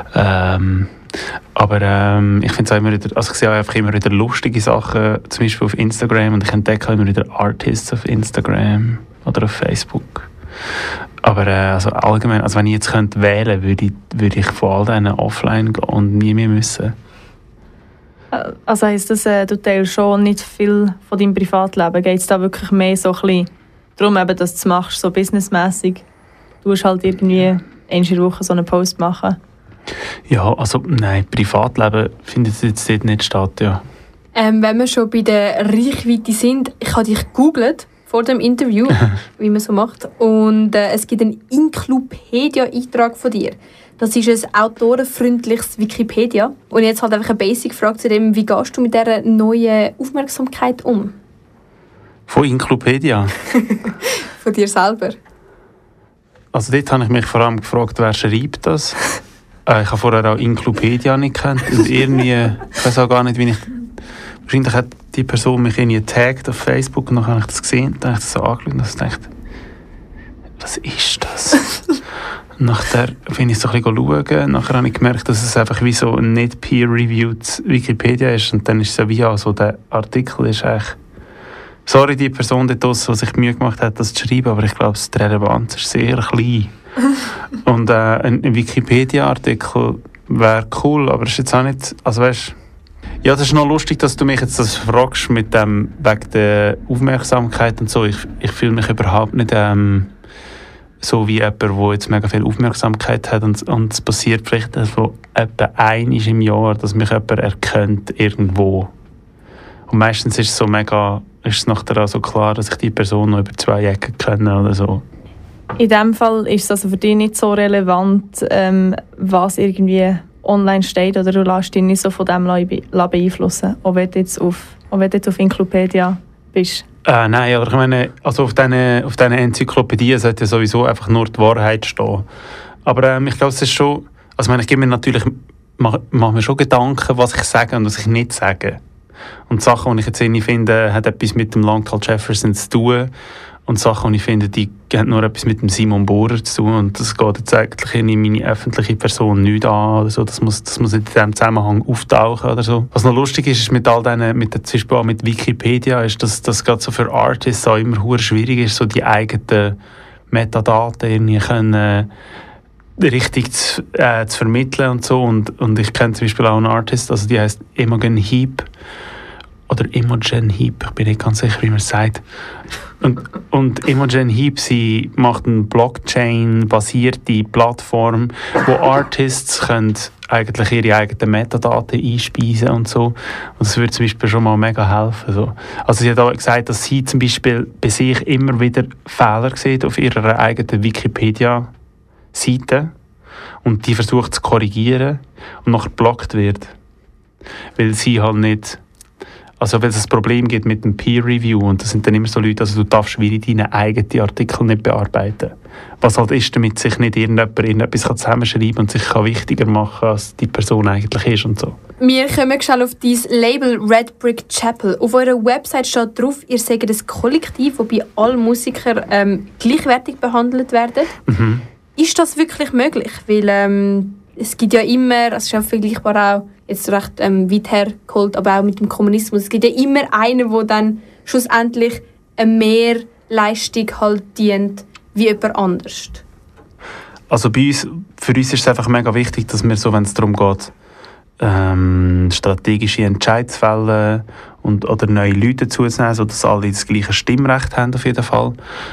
Aber ich finde es auch immer wieder, also ich sehe auch einfach immer wieder lustige Sachen, zum Beispiel auf Instagram, und ich entdecke immer wieder Artists auf Instagram oder auf Facebook. Aber also allgemein, also wenn ich jetzt könnte wählen könnte, würde ich von all denen offline gehen und nie mehr müssen. Also heisst das, du teilst schon nicht viel von deinem Privatleben? Geht es da wirklich mehr so ein bisschen darum, eben, dass du es machst, so businessmässig? Du musst halt irgendwie einmal in der Woche so einen Post machen? Ja, also nein, Privatleben findet jetzt dort nicht statt, ja. Wenn wir schon bei der Reichweite sind, ich habe dich gegoogelt vor dem Interview, wie man so macht, und es gibt einen Inklupedia-Eintrag von dir. Das ist ein autorenfreundliches Wikipedia. Und jetzt halt einfach eine Basic-Frage zu dem, wie gehst du mit dieser neuen Aufmerksamkeit um? Von Inklupedia? Von dir selber? Also dort habe ich mich vor allem gefragt, wer schreibt das? Ich habe vorher auch Inklupedia nicht gekannt und irgendwie, ich weiß auch gar nicht, wie ich, wahrscheinlich hat die Person mich irgendwie getaggt auf Facebook und dann habe ich das gesehen und dann habe ich das so angeschaut und dachte, was ist das? Nachher bin ich so ein bisschen schauen, nachher habe ich gemerkt, dass es einfach wie so ein nicht peer-reviewed Wikipedia ist und dann ist es so wie, also der Artikel ist eigentlich, sorry die Person dort draussen, die sich die Mühe gemacht hat, das zu schreiben, aber ich glaube, die Relevanz ist sehr klein. Und ein Wikipedia-Artikel wäre cool, aber es ist jetzt auch nicht, also weißt, ja, das ist noch lustig, dass du mich jetzt das fragst mit dem, wegen der Aufmerksamkeit und so. Ich fühle mich überhaupt nicht so wie jemand, der jetzt mega viel Aufmerksamkeit hat und es passiert vielleicht so etwa einmal im Jahr, dass mich jemand erkennt irgendwo. Und meistens ist es so mega, ist es nachher auch so klar, dass ich die Person noch über 2 Ecken kenne oder so. In diesem Fall ist es also für dich nicht so relevant, was irgendwie online steht, oder du lässt dich nicht so von dem beeinflussen, auch wenn du jetzt auf Inklupedia bist? Nein, aber ich meine, also auf diesen Enzyklopädien sollte ja sowieso einfach nur die Wahrheit stehen. Aber ich glaube, es ist schon, also ich meine, ich gebe mir natürlich, mache mir schon Gedanken, was ich sage und was ich nicht sage. Und Sachen, die ich jetzt irgendwie finde, hat etwas mit dem Long Carl Jefferson zu tun. Und Sachen, die ich finde, die haben nur etwas mit dem Simon Bohrer zu tun. Und das geht jetzt eigentlich in meine öffentliche Person nicht an. Oder so. Das muss nicht in diesem Zusammenhang auftauchen. Oder so. Was noch lustig ist mit all denen, zum Beispiel auch mit Wikipedia, ist, dass das gerade so für Artists auch immer hure schwierig ist, so die eigenen Metadaten irgendwie können, richtig zu vermitteln und so. Und ich kenne zum Beispiel auch einen Artist, also die heißt Imogen Heap. Oder Imogen Heap, ich bin nicht ganz sicher, wie man es sagt. Und Imogen Heap, sie macht eine Blockchain-basierte Plattform, wo Artists können eigentlich ihre eigenen Metadaten einspeisen und so. Und das würde zum Beispiel schon mal mega helfen. So. Also sie hat auch gesagt, dass sie zum Beispiel bei sich immer wieder Fehler sieht auf ihrer eigenen Wikipedia-Seite und die versucht zu korrigieren und nachher blockt wird. Weil sie halt nicht... Also weil es ein Problem gibt mit dem Peer-Review und das sind dann immer so Leute, also du darfst wie deine eigenen Artikel nicht bearbeiten. Was halt ist, damit sich nicht irgendetwas zusammenschreiben kann und sich wichtiger machen kann, als die Person eigentlich ist und so. Wir kommen schnell auf dein Label Red Brick Chapel. Auf eurer Website steht drauf, ihr seid ein Kollektiv, wobei alle Musiker gleichwertig behandelt werden. Mhm. Ist das wirklich möglich? Weil es gibt ja immer, es ist ja vergleichbar auch, jetzt recht weit hergeholt, aber auch mit dem Kommunismus. Es gibt ja immer einen, der dann schlussendlich eine Mehrleistung halt dient wie jemand anders. Also für uns ist es einfach mega wichtig, dass wir so, wenn es darum geht, strategische Entscheidungen zu fällen oder neue Leute zuzunehmen, sodass alle das gleiche Stimmrecht haben auf jeden Fall.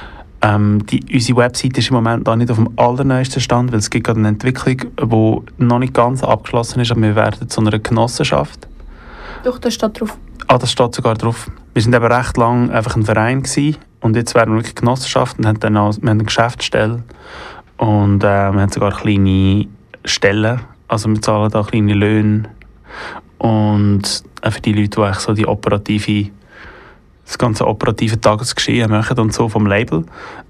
Unsere Website ist im Moment auch nicht auf dem allerneuesten Stand, weil es gibt gerade eine Entwicklung, die noch nicht ganz abgeschlossen ist, aber wir werden zu einer Genossenschaft. Doch, das steht drauf. Das steht sogar drauf. Wir waren eben recht lang einfach ein Verein gewesen, und jetzt werden wir wirklich Genossenschaft und wir haben eine Geschäftsstelle und wir haben sogar kleine Stellen, also wir zahlen da kleine Löhne und für die Leute, die eigentlich so das ganze operative Tagesgeschehen machen und so vom Label.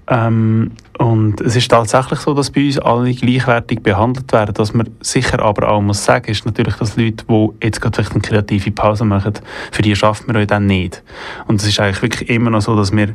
Und es ist tatsächlich so, dass bei uns alle gleichwertig behandelt werden. Was man sicher aber auch muss sagen, ist natürlich, dass Leute, die jetzt gerade vielleicht eine kreative Pause machen, für die schaffen wir euch dann nicht. Und es ist eigentlich wirklich immer noch so, dass wir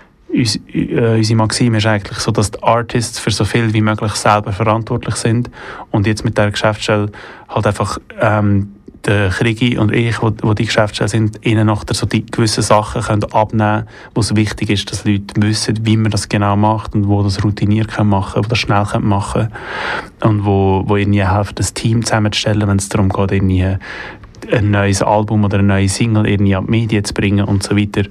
unsere Maxime ist eigentlich so, dass die Artists für so viel wie möglich selber verantwortlich sind und jetzt mit der Geschäftsstelle halt einfach der Krigi und ich, die die Geschäftsstelle sind, ihnen nachher so die gewissen Sachen können abnehmen, wo es wichtig ist, dass Leute wissen, wie man das genau macht und wo das routiniert machen können, wo das schnell machen können und wo ihnen helfen, das Team zusammenzustellen, wenn es darum geht, irgendwie ein neues Album oder eine neue Single irgendwie an die Medien zu bringen und so weiter.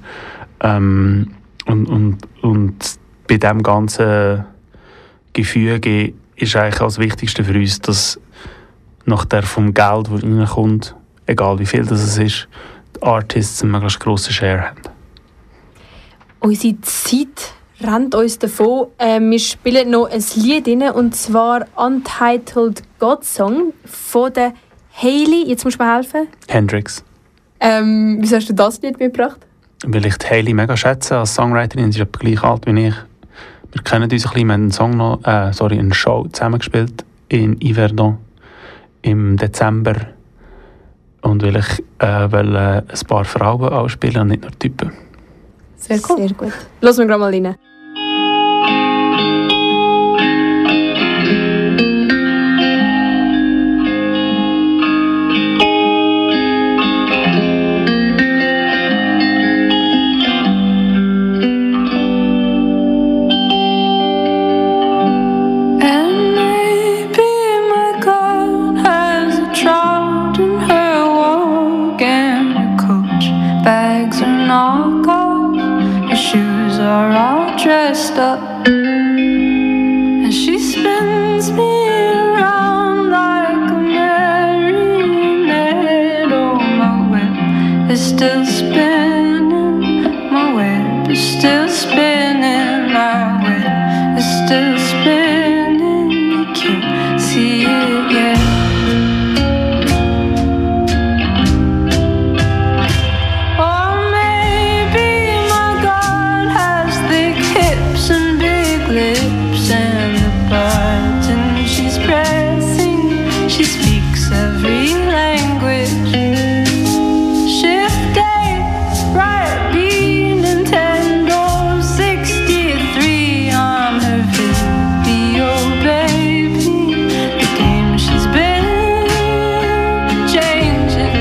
Und bei diesem ganzen Gefüge ist eigentlich das Wichtigste für uns, dass nach der vom Geld, das reinkommt, egal wie viel das ist, die Artists einen möglichst grossen Share haben. Unsere Zeit rennt uns davon. Wir spielen noch ein Lied rein, und zwar Untitled God Song von der Hayley. Jetzt musst du mir helfen. Hendrix. Wieso hast du das Lied mitgebracht? Weil ich die Hayley mega schätze als Songwriterin. Sie ist etwa gleich alt wie ich. Wir kennen uns ein bisschen. Wir haben eine Show zusammengespielt in Yverdon. im Dezember und will ich will, ein paar Frauen anspielen und nicht nur Typen. Sehr cool. Sehr gut. Lass mich gerade mal rein. Dressed up, and she spins me around like a marionette. Oh, my web is still spinning, my web is still spinning, my web is still spinning. You can't see it yet. Lips and the button she's pressing, she speaks every language. Shift A, right B, Nintendo 63. I'm her video baby. The game she's been changing.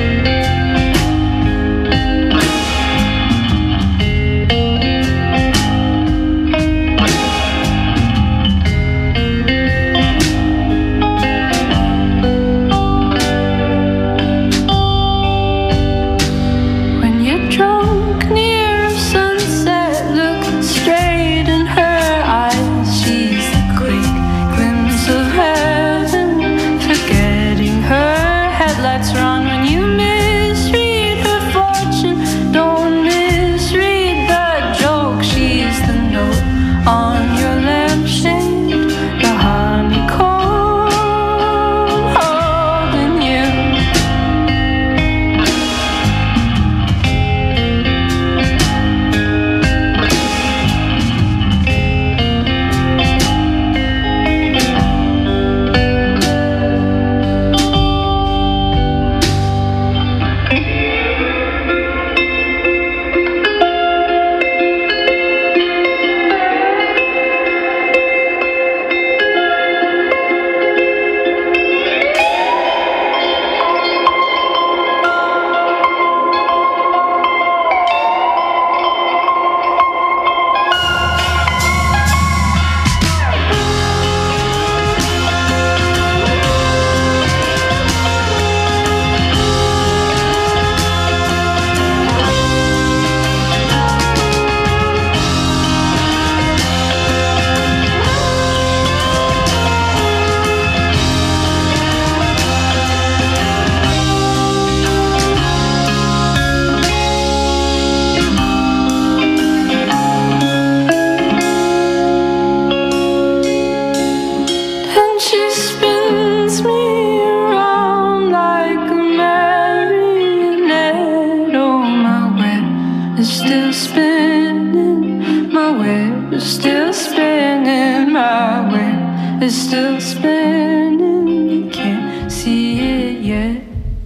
It's still spinning, you can't see it yet.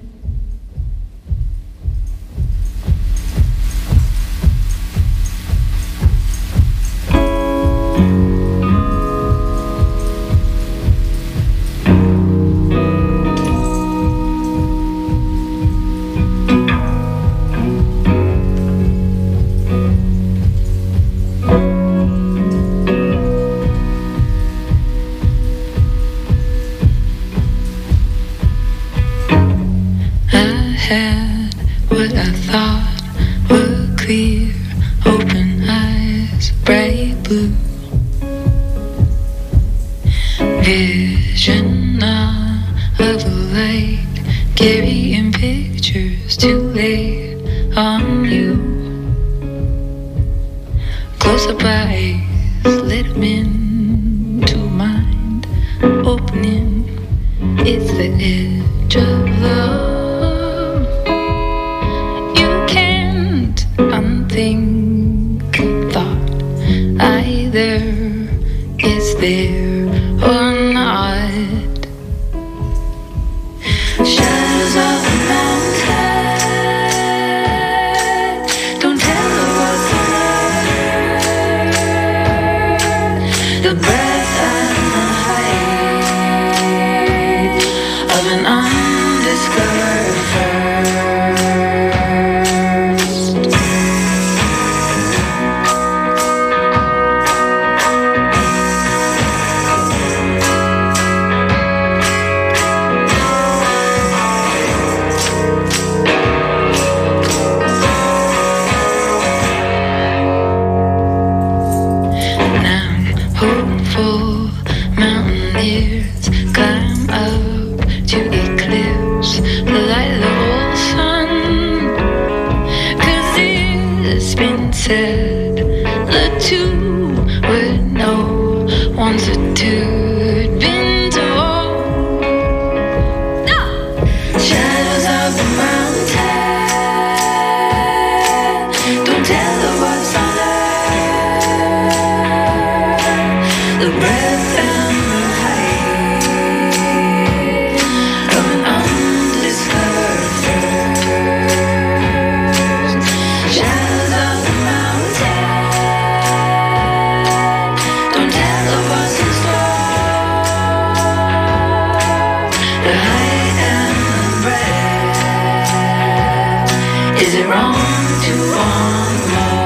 Had what I thought were clear, open eyes, bright blue. Vision of a light, carrying pictures too late on you. Close up eyes, let them into mind, opening. It's the edge of love. Unthink thought either is there or not. the breadth and the height of an undiscovered first. Now hopeful mountaineers climb up to eclipse the light of the whole sun. 'Cause it's been said the two would know once the two had been told. No! Shadows of the mountain don't tell of what's under. The breadth and the height of an undiscovered first. Shadows of the mountain don't tell of what's in store. The height and the breadth. Is it wrong to want more?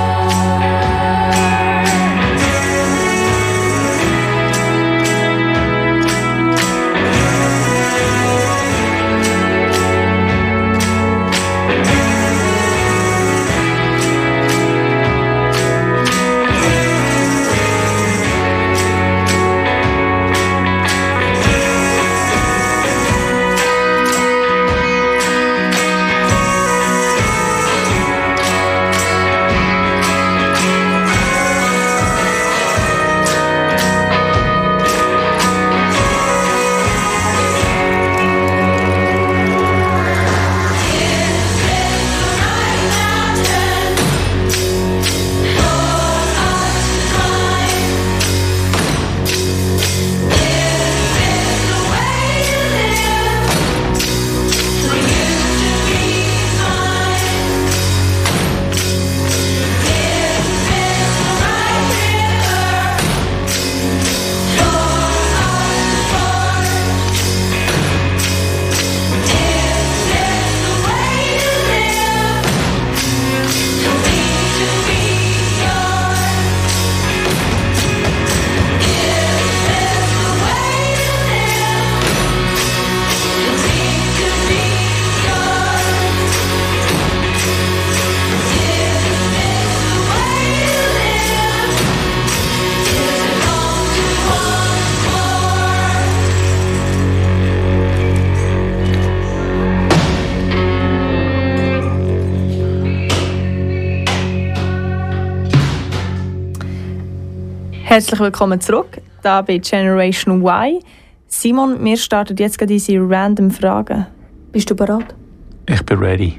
Herzlich willkommen zurück, da bei Generation Y. Simon, wir starten jetzt gerade unsere random Fragen. Bist du bereit? Ich bin ready.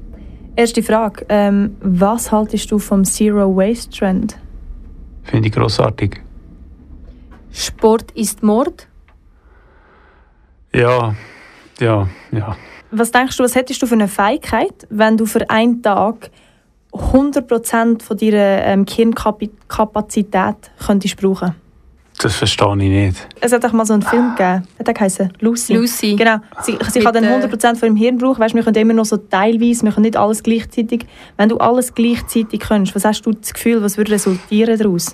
Erste Frage. Was haltest du vom Zero Waste Trend? Finde ich grossartig. Sport ist Mord. Ja. Was denkst du, was hättest du für eine Fähigkeit, wenn du für einen Tag 100% von deiner Gehirnkapazität könntest brauchen? Das verstehe ich nicht. Es hat auch mal so einen Film gegeben, der heisst Lucy. Lucy. Genau. Sie kann dann 100% von ihrem Hirn brauchen. Weißt, wir können immer noch so teilweise, wir können nicht alles gleichzeitig. Wenn du alles gleichzeitig kannst, was hast du das Gefühl, was würde resultieren daraus?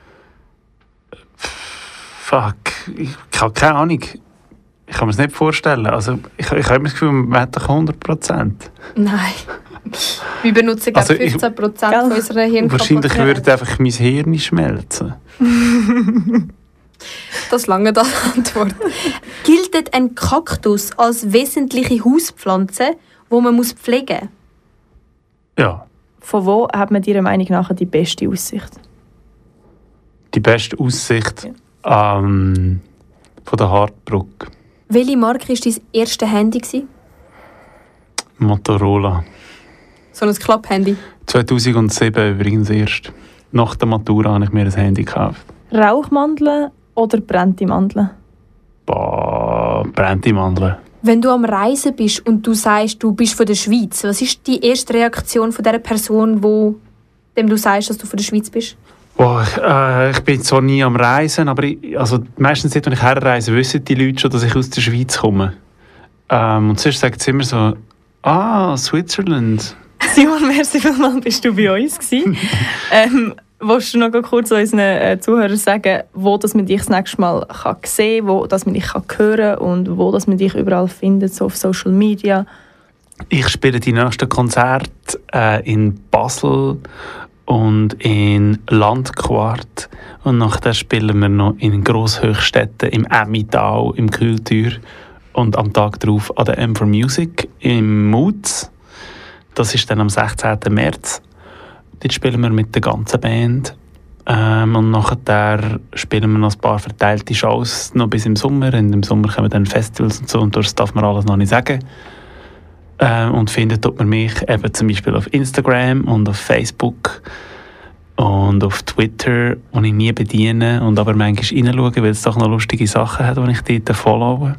Fuck, ich habe keine Ahnung. Ich kann mir das nicht vorstellen. Also, ich habe immer das Gefühl, man hat doch 100%. Nein. Wir benutzen Also 15% von unserer Hirnkapazität. Wahrscheinlich würde einfach mein Hirn schmelzen. Das lange als Antwort. Gilt ein Kaktus als wesentliche Hauspflanze, die man pflegen muss? Ja. Von wo hat man Ihrer Meinung nach die beste Aussicht? Die beste Aussicht von der Hartbrücke. Welche Marke war dein erstes Handy? Motorola. So ein Klapphandy? 2007 übrigens erst. Nach der Matura habe ich mir ein Handy gekauft. Rauchmandeln oder brennte Mandeln? Brennte Mandeln. Wenn du am Reisen bist und du sagst, du bist von der Schweiz, was ist die erste Reaktion von der Person, dem du sagst, dass du von der Schweiz bist? Ich bin zwar nie am Reisen, aber meistens, wenn ich herreise, wissen die Leute schon, dass ich aus der Schweiz komme. Und sonst sagen sie immer so, Switzerland. Simon, merci vielmals, bist du bei uns gewesen. Willst du noch kurz unseren Zuhörern sagen, wo dass man dich das nächste Mal sehen kann, wo dass man dich hören kann und wo dass man dich überall findet, so auf Social Media? Ich spiele die nächsten Konzerte in Basel und in Landquart. Und nachher spielen wir noch in Grosshöchstetten, im Emmental, im Kühltür und am Tag darauf an der M4 Music im Mutz. Das ist dann am 16. März. Dort spielen wir mit der ganzen Band. Und nachher spielen wir noch ein paar verteilte Shows noch bis im Sommer. Und im Sommer kommen dann Festivals und so. Und das darf man alles noch nicht sagen. Und findet man mich eben zum Beispiel auf Instagram und auf Facebook und auf Twitter, wo ich nie bediene und aber manchmal reinschaue, weil es doch noch lustige Sachen hat, die ich dort followe.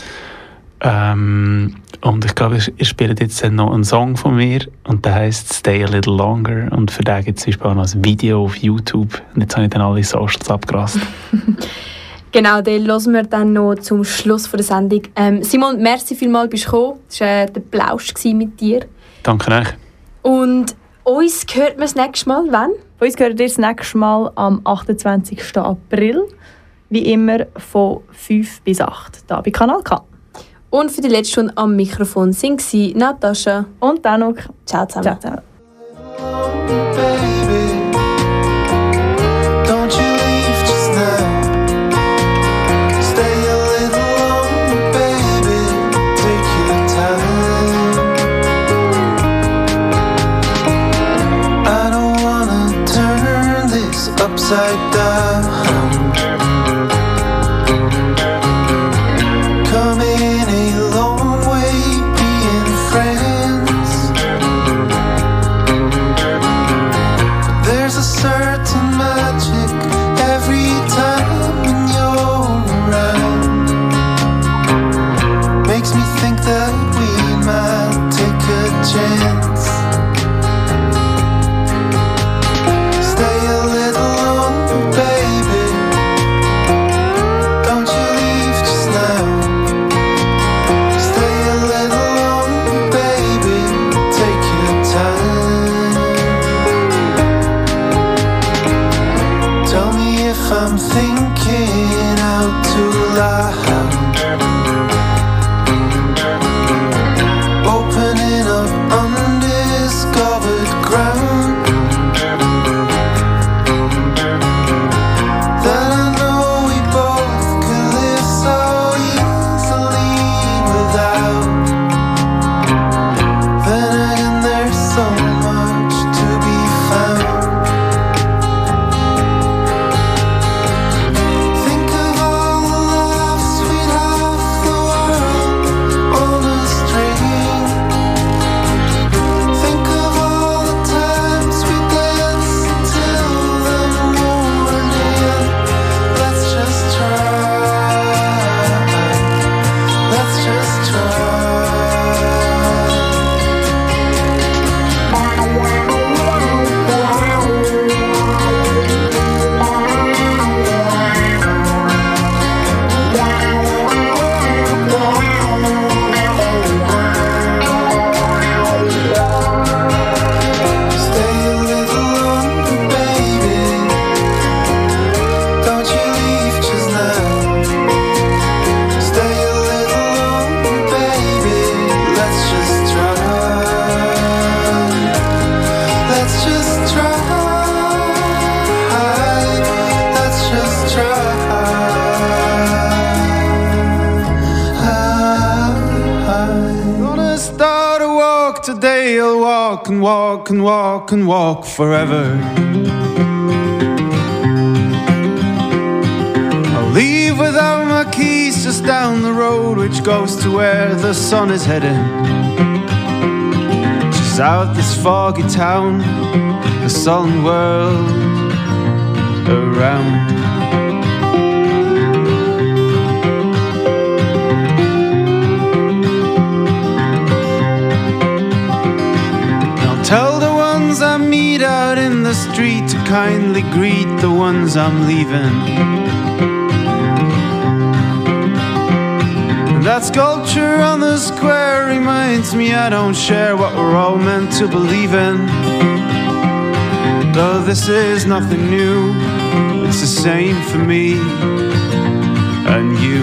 Und ich glaube, ihr spielt jetzt noch einen Song von mir und der heisst «Stay a Little Longer» und für den gibt es zum Beispiel auch noch ein Video auf YouTube und jetzt habe ich dann alle Socials abgerast. Genau, den hören wir dann noch zum Schluss von der Sendung. Simon, merci vielmals, bist du gekommen. Das war der Plausch mit dir. Danke euch. Und uns hört man das nächste Mal, wann? Uns hört ihr das nächste Mal am 28. April. Wie immer von 5 bis 8 hier bei Kanal K. Und für die letzte Stunde am Mikrofon sind Natascha und Danuk. Ciao zusammen. Ciao zusammen. Upside down, coming a long way, being friends. There's a certain magic every time when you're around. Makes me think that we might take a chance. Stay a little longer, baby. Don't you leave just now. Stay a little longer, baby. Take your time. Tell me if I'm thinking out too loud. Opening up undiscovered ground. That I know we both could live so easily without. Then again, there's so much to be found. Think of all the laughs we'd have, the world on a string. Think of all the times we dance until the morning. Let's just try. Let's just try. Stay a little longer, baby. Don't you leave just now. Stay a little longer, baby. Let's just try. Let's just try. Let's just try. Gonna start a walk today. I'll walk and walk and walk and walk forever. I'll leave without my keys just down the road which goes to where the sun is heading. Just out this foggy town, the sullen world around. Now tell the ones I meet out in the street to kindly greet the ones I'm leaving. And that sculpture on the square reminds me I don't share what we're all meant to believe in. Though this is nothing new, it's the same for me and you.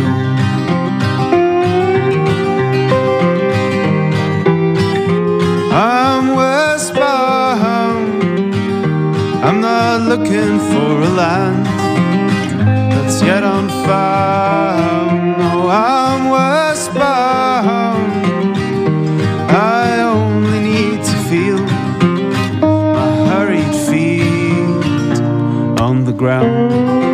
I'm westbound, I'm not looking for a land that's yet unfound. No, I'm westbound, I only need to feel my hurried feet on the ground.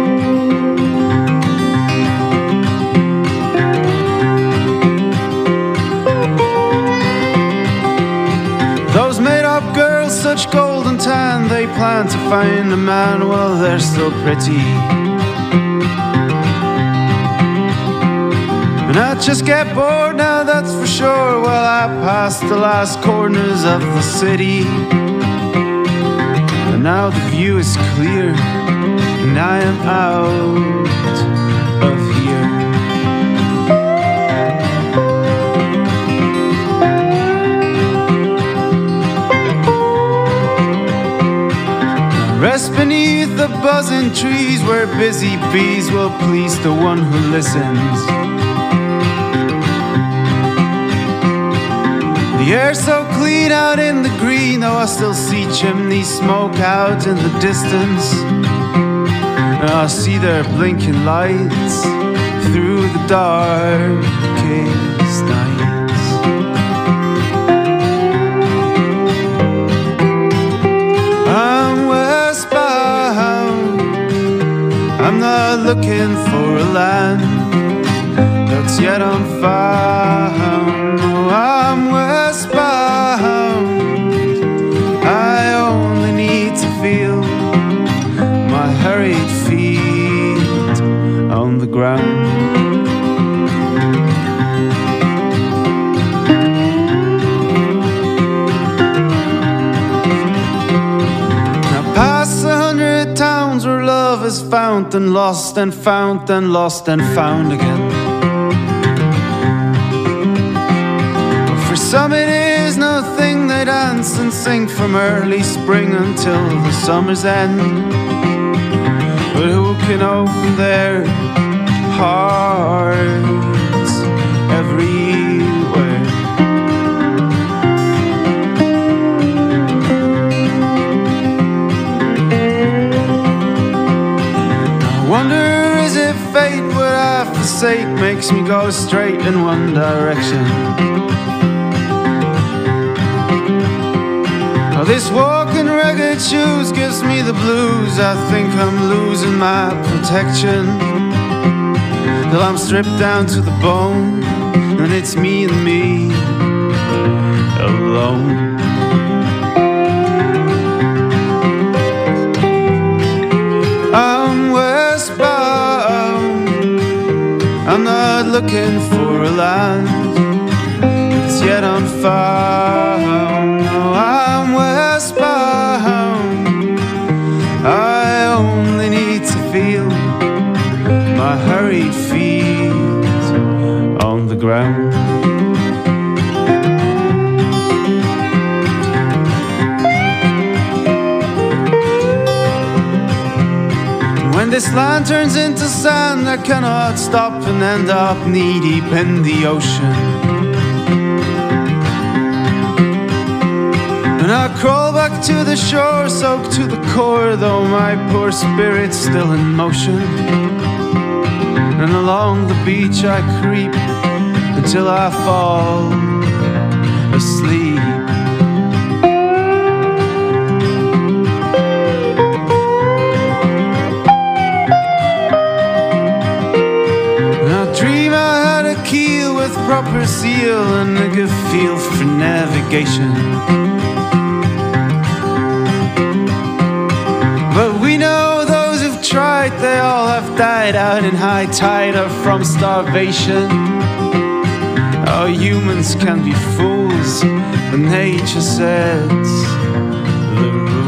Those made-up girls, such golden tan, they plan to find a man while they're still pretty. And I just get bored now, that's for sure, while I pass the last corners of the city. And now the view is clear, and I am out of here. Rest beneath the buzzing trees where busy bees will please the one who listens. The air's so clean out in the green, though I still see chimney smoke out in the distance. And I see their blinking lights through the darkest nights. I'm westbound, I'm not looking for a land that's yet unfound. No, I'm westbound, I only need to feel my hurried feet on the ground. Past 100 towns where love is found and lost and found and lost and found again. But for some it is nothing, they dance and sing from early spring until the summer's end. But who can open their hearts everywhere? Wonder, is it fate what I forsake makes me go straight in one direction? Oh, this walk in ragged shoes gives me the blues. I think I'm losing my protection till I'm stripped down to the bone, and it's me and me alone. I'm not looking for a land that's yet unfound. No, I'm westbound, I only need to feel my hurried feet on the ground. When this land turns into sand, I cannot stop and end up knee-deep in the ocean. And I crawl back to the shore, soaked to the core, though my poor spirit's still in motion. And along the beach I creep until I fall asleep. Proper seal and a good feel for navigation. But we know those who've tried, they all have died out in high tide or from starvation. Oh, humans can be fools, but nature sets the rules.